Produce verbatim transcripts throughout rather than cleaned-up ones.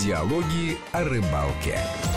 Диалоги о рыбалке.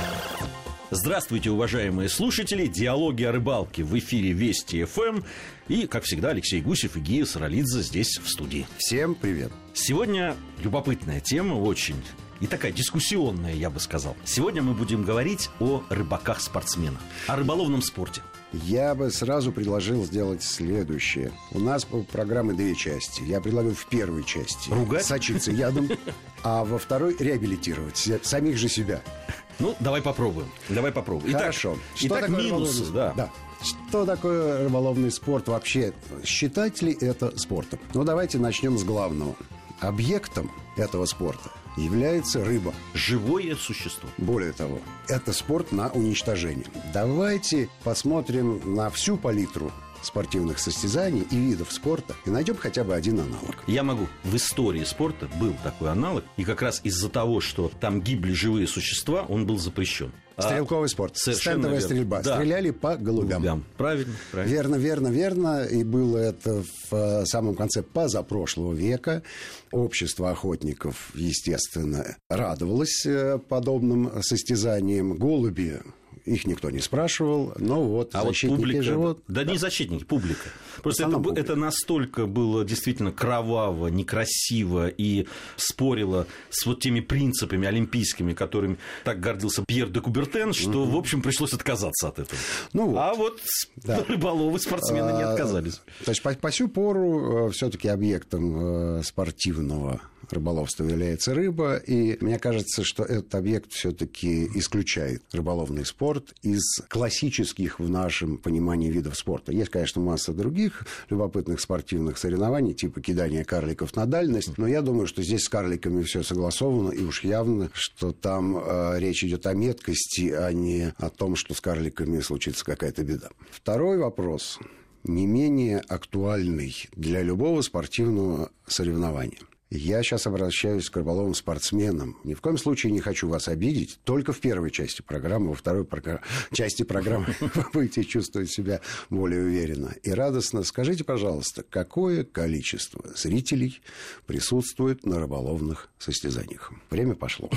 Здравствуйте, уважаемые слушатели. Диалоги о рыбалке в эфире Вести ФМ. И, как всегда, Алексей Гусев и Гия Саралидзе здесь, в студии. Всем привет. Сегодня любопытная тема очень. И такая дискуссионная, я бы сказал. Сегодня мы будем говорить о рыбаках-спортсменах, о рыболовном спорте. Я бы сразу предложил сделать следующее. У нас у программы две части. Я предлагаю в первой части ругать, сочиться ядом, а во второй реабилитировать самих же себя. Ну, давай попробуем. Давай попробуем. Хорошо. Итак, что итак такое минусы, да. да. Что такое рыболовный спорт вообще? Считать ли это спортом? Ну, давайте начнем с главного. Объектом этого спорта является рыба. Живое существо. Более того, это спорт на уничтожение. Давайте посмотрим на всю палитру спортивных состязаний и видов спорта и найдем хотя бы один аналог. Я могу. В истории спорта был такой аналог, и как раз из-за того, что там гибли живые существа, он был запрещен. Стрелковый спорт. Стендовая стрельба. Да. Стреляли по голубям. голубям. Правильно, правильно. Верно, верно, верно. И было это в самом конце позапрошлого века. Общество охотников, естественно, радовалось подобным состязаниям. Голуби, их никто не спрашивал, но вот а защитники вот публика, живут. Да, да не защитники, публика. Просто это, публика. это настолько было действительно кроваво, некрасиво и спорило с вот теми принципами олимпийскими, которыми так гордился Пьер де Кубертен, что, угу. в общем, пришлось отказаться от этого. Ну вот. А вот да. рыболовы, спортсмены а, не отказались. То есть по, по сю пору все-таки объектом спортивного рыболовства является рыба, и мне кажется, что этот объект все-таки исключает рыболовный спорт из классических в нашем понимании видов спорта. Есть, конечно, масса других любопытных спортивных соревнований, типа кидания карликов на дальность, но я думаю, что здесь с карликами все согласовано, и уж явно, что там э, речь идет о меткости, а не о том, что с карликами случится какая-то беда. Второй вопрос, не менее актуальный для любого спортивного соревнования. Я сейчас обращаюсь к рыболовным спортсменам. Ни в коем случае не хочу вас обидеть. Только в первой части программы, во второй программе, части программы вы будете чувствовать себя более уверенно и радостно. Скажите, пожалуйста, какое количество зрителей присутствует на рыболовных состязаниях? Время пошло.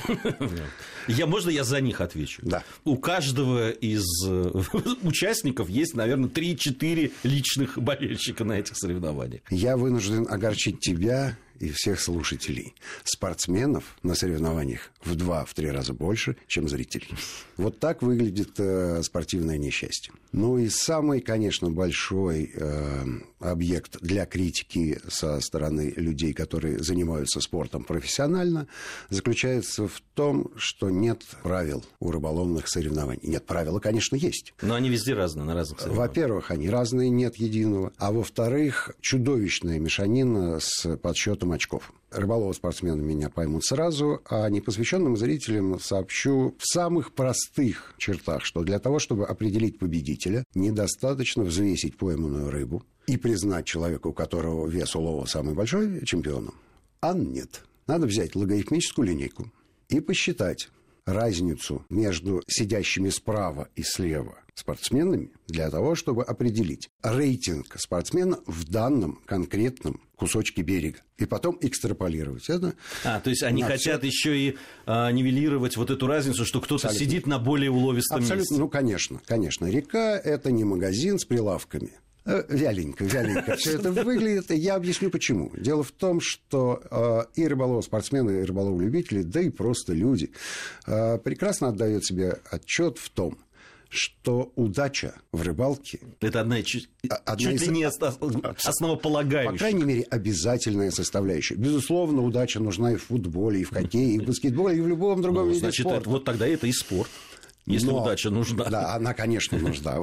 Я, можно я за них отвечу? Да. У каждого из участников есть, наверное, три-четыре личных болельщика на этих соревнованиях. Я вынужден огорчить тебя и всех слушателей. Спортсменов на соревнованиях в два-три раза больше, чем зрителей. Вот так выглядит э, спортивное несчастье. Ну и самый, конечно, большой э, объект для критики со стороны людей, которые занимаются спортом профессионально, заключается в том, что нет правил у рыболовных соревнований. Нет, правила, конечно, есть. Но они везде разные, на разных соревнованиях. Во-первых, они разные, нет единого. А во-вторых, чудовищная мешанина с подсчетом очков. Рыболовы-спортсмены меня поймут сразу, а непосвященным зрителям сообщу в самых простых чертах, что для того, чтобы определить победителя, недостаточно взвесить пойманную рыбу и признать человека, у которого вес улова самый большой, чемпионом. А нет. Надо взять логарифмическую линейку и посчитать разницу между сидящими справа и слева спортсменами для того, чтобы определить рейтинг спортсмена в данном конкретном кусочке берега. И потом экстраполировать это. А, то есть они хотят все... еще и а, нивелировать вот эту разницу, что кто-то абсолютно сидит на более уловистом абсолютно месте. Ну, конечно, конечно. Река – это не магазин с прилавками. Вяленько, вяленько все это выглядит. Я объясню, почему. Дело в том, что и рыболовы-спортсмены, и рыболовы-любители, да и просто люди прекрасно отдают себе отчет в том, что удача в рыбалке... Это одна, чуть, одна чуть из... ли не основополагающая. По крайней мере, обязательная составляющая. Безусловно, удача нужна и в футболе, и в хоккее, и в баскетболе, и в любом другом ну, виде значит, спорта. Это, вот тогда это и спорт. Если Но, удача нужна. Да, она, конечно, нужна.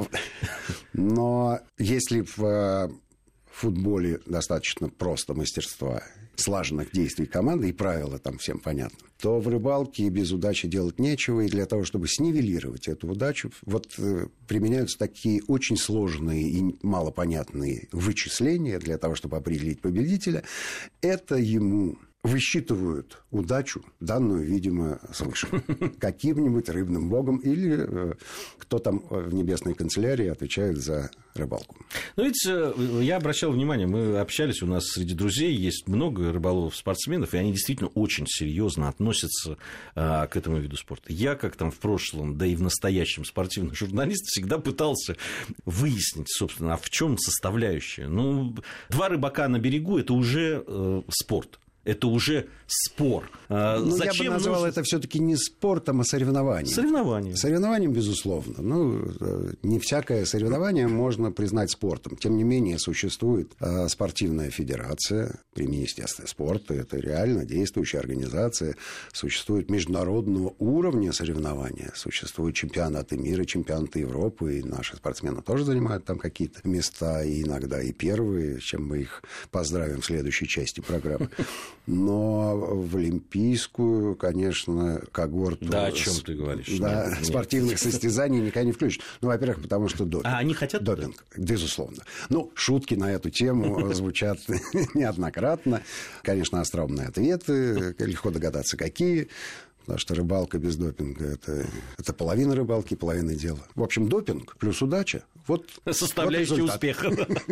Но если в футболе достаточно просто мастерства, слаженных действий команды, и правила там всем понятны, то в рыбалке без удачи делать нечего, и для того, чтобы снивелировать эту удачу, вот э, применяются такие очень сложные и малопонятные вычисления для того, чтобы определить победителя. Это ему высчитывают удачу, данную, видимо, свыше, каким-нибудь рыбным богом, или кто там в небесной канцелярии отвечает за рыбалку. Ну, ведь я обращал внимание, мы общались, у нас среди друзей есть много рыболовов-спортсменов, и они действительно очень серьезно относятся а, к этому виду спорта. Я, как там в прошлом, да и в настоящем спортивный журналист, всегда пытался выяснить, собственно, а в чем составляющая. Ну, два рыбака на берегу – это уже э, спорт. Это уже спор. Ну, Зачем я бы назвал нужно... это все-таки не спортом, а соревнованием. Соревнованием. Соревнованием, безусловно. Ну, не всякое соревнование можно признать спортом. Тем не менее, существует спортивная федерация при Министерстве спорта. Это реально действующая организация. Существует международного уровня соревнования. Существуют чемпионаты мира, чемпионаты Европы. И наши спортсмены тоже занимают там какие-то места. И иногда и первые, с чем мы их поздравим в следующей части программы. Но в олимпийскую, конечно, когорту... Да, о чем ты говоришь? Да, нет, спортивных нет. состязаний никогда не включат. Ну, во-первых, потому что допинг. А они хотят допинг? Допинг, безусловно. Ну, шутки на эту тему звучат неоднократно. Конечно, остроумные ответы. Легко догадаться, какие. Потому что рыбалка без допинга это, – это половина рыбалки, половина дела. В общем, допинг плюс удача – вот составляющая вот успеха.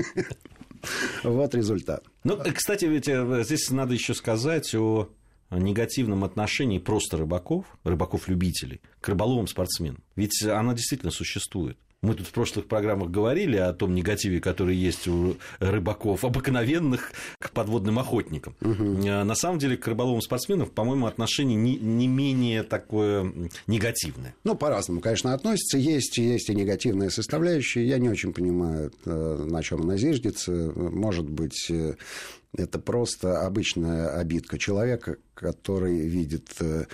Вот результат. Ну, кстати, ведь здесь надо еще сказать о негативном отношении просто рыбаков, рыбаков-любителей, к рыболовам-спортсменам. Ведь она действительно существует. Мы тут в прошлых программах говорили о том негативе, который есть у рыбаков обыкновенных к подводным охотникам. Угу. На самом деле, к рыболовам-спортсменам, по-моему, отношение не, не менее такое негативное. Ну, по-разному, конечно, относятся. Есть, есть и негативные составляющие. Я не очень понимаю, на чем она зиждется. Может быть... Это просто обычная обидка человека, который видит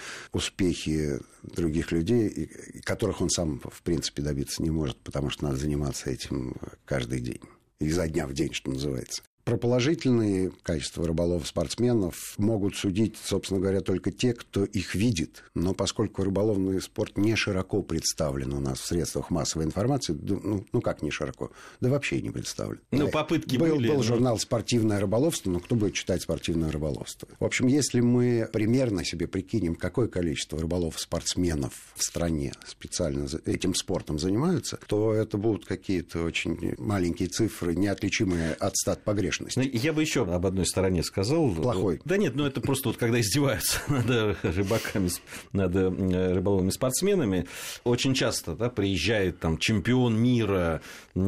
успехи других людей, которых он сам, в принципе, добиться не может, потому что надо заниматься этим каждый день. Изо дня в день, что называется. Про положительные качества рыболов-спортсменов могут судить, собственно говоря, только те, кто их видит. Но поскольку рыболовный спорт не широко представлен у нас в средствах массовой информации, ну, ну как не широко? Да вообще не представлен. Ну, попытки был, были. Был журнал «Спортивное рыболовство», но кто будет читать «Спортивное рыболовство»? В общем, если мы примерно себе прикинем, какое количество рыболов-спортсменов в стране специально этим спортом занимаются, то это будут какие-то очень маленькие цифры, неотличимые от стат погрешности. Ну, я бы еще об одной стороне сказал. Плохой. Да нет, ну это просто вот когда издеваются над рыбаками, над рыболовными спортсменами, очень часто да, приезжает там чемпион мира,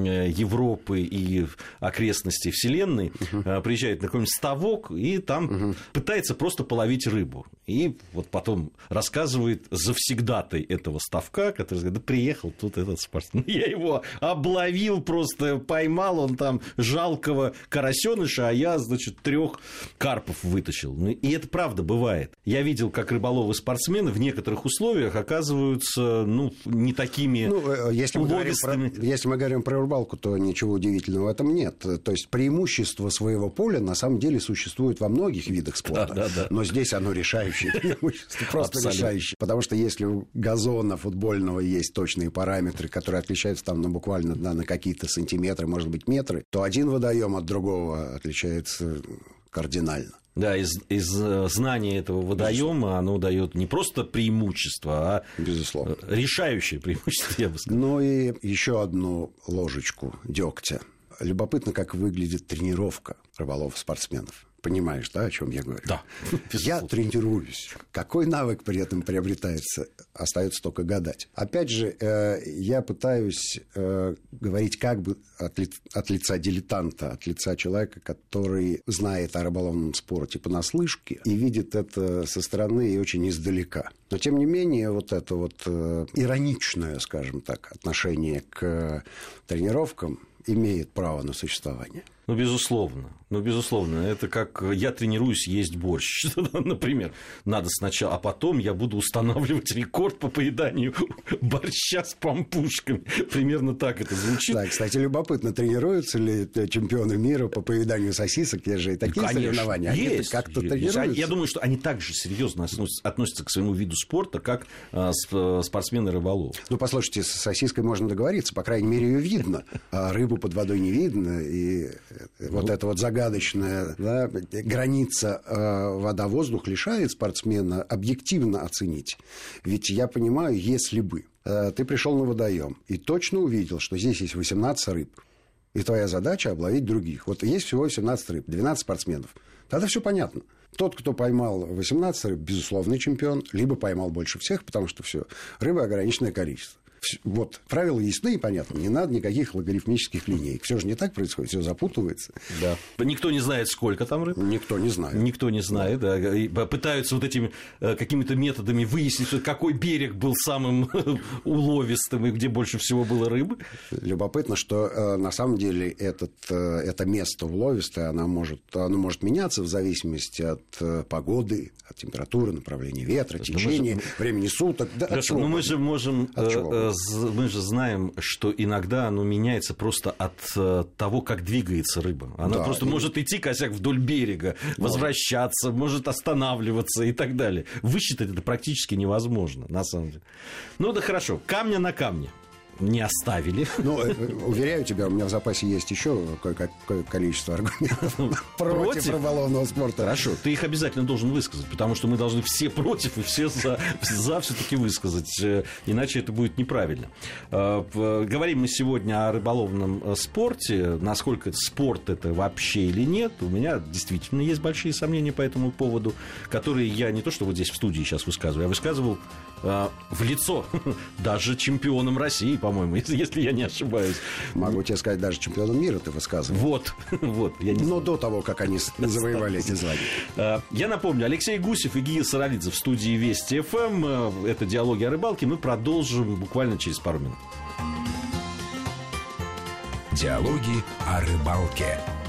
Европы и окрестностей Вселенной, uh-huh. приезжает на какой-нибудь ставок и там uh-huh. пытается просто половить рыбу. И вот потом рассказывает завсегдатай этого ставка, который говорит, да приехал тут этот спортсмен, я его обловил просто, поймал, он там жалкого карасеныша, а я, значит, трех карпов вытащил. И это правда бывает. Я видел, как рыболовы-спортсмены в некоторых условиях оказываются, ну, не такими ну, если уловистыми. Мы про, если мы говорим про рыбалку, то ничего удивительного в этом нет. То есть преимущество своего поля на самом деле существует во многих видах спорта. Да, да, да. Но здесь оно решающее преимущество, просто абсолютно. Решающее. Потому что если у газона футбольного есть точные параметры, которые отличаются там, ну, буквально да, на какие-то сантиметры, может быть, метры, то один водоем от другого отличается кардинально. Да, из, из знания этого водоема оно дает не просто преимущество, а безусловно. Решающее преимущество, я бы сказал. Ну и еще одну ложечку дегтя. Любопытно, как выглядит тренировка рыболов-спортсменов. Понимаешь, да, о чем я говорю? Да. Я тренируюсь. Какой навык при этом приобретается, остается только гадать. Опять же, я пытаюсь говорить как бы от, ли, от лица дилетанта, от лица человека, который знает о рыболовном спорте понаслышке и видит это со стороны и очень издалека. Но, тем не менее, вот это вот ироничное, скажем так, отношение к тренировкам имеет право на существование. Ну, безусловно. Ну, безусловно. Это как я тренируюсь есть борщ, например. Надо сначала, а потом я буду устанавливать рекорд по поеданию борща с пампушками. Примерно так это звучит. Да, кстати, любопытно, тренируются ли чемпионы мира по поеданию сосисок? Есть же и такие конечно, соревнования. Они есть, как-то есть. тренируются. Я думаю, что они так же серьезно относятся к своему виду спорта, как спортсмены-рыболовы. Ну, послушайте, с сосиской можно договориться, по крайней мере, ее видно. А рыба рыбу под водой не видно, и вот эта вот загадочная, да, граница э, вода-воздух лишает спортсмена объективно оценить. Ведь я понимаю, если бы э, ты пришел на водоем и точно увидел, что здесь есть восемнадцать рыб, и твоя задача обловить других. Вот есть всего восемнадцать рыб, двенадцать спортсменов. Тогда все понятно. Тот, кто поймал восемнадцать рыб, безусловный чемпион, либо поймал больше всех, потому что все, рыбы ограниченное количество. Вот, правила ясны и понятны. Не надо никаких логарифмических линеек. Все же не так происходит, все запутывается. Да. Никто не знает, сколько там рыб. Никто не знает. Никто не знает, да. И пытаются вот этими какими-то методами выяснить, какой берег был самым уловистым и где больше всего было рыбы. Любопытно, что на самом деле этот, это место уловистое, оно может, оно может меняться в зависимости от погоды, от температуры, направления ветра, течения, мы же... времени суток. Да, Хорошо, но мы же можем... Мы же знаем, что иногда оно меняется просто от того, как двигается рыба. Она да, просто и... может идти косяк вдоль берега, возвращаться, может останавливаться и так далее. Высчитать это практически невозможно, на самом деле. Ну да хорошо, камня на камне не оставили. Ну, уверяю тебя, у меня в запасе есть еще кое-какое количество аргументов против рыболовного спорта. Хорошо, ты их обязательно должен высказать, потому что мы должны все против и все за, за все-таки высказать, иначе это будет неправильно. Говорим мы сегодня о рыболовном спорте, насколько спорт это вообще или нет. У меня действительно есть большие сомнения по этому поводу, которые я не то что вот здесь в студии сейчас высказываю, я высказывал в лицо даже чемпионам России, по-моему, если, если я не ошибаюсь. Могу тебе сказать, даже чемпионом мира ты высказывал. Вот, вот. Я не... Но до того, как они завоевали эти звания. Я напомню, Алексей Гусев и Гия Саралидзе в студии Вести ФМ. Это «Диалоги о рыбалке». Мы продолжим буквально через пару минут. Диалоги о рыбалке.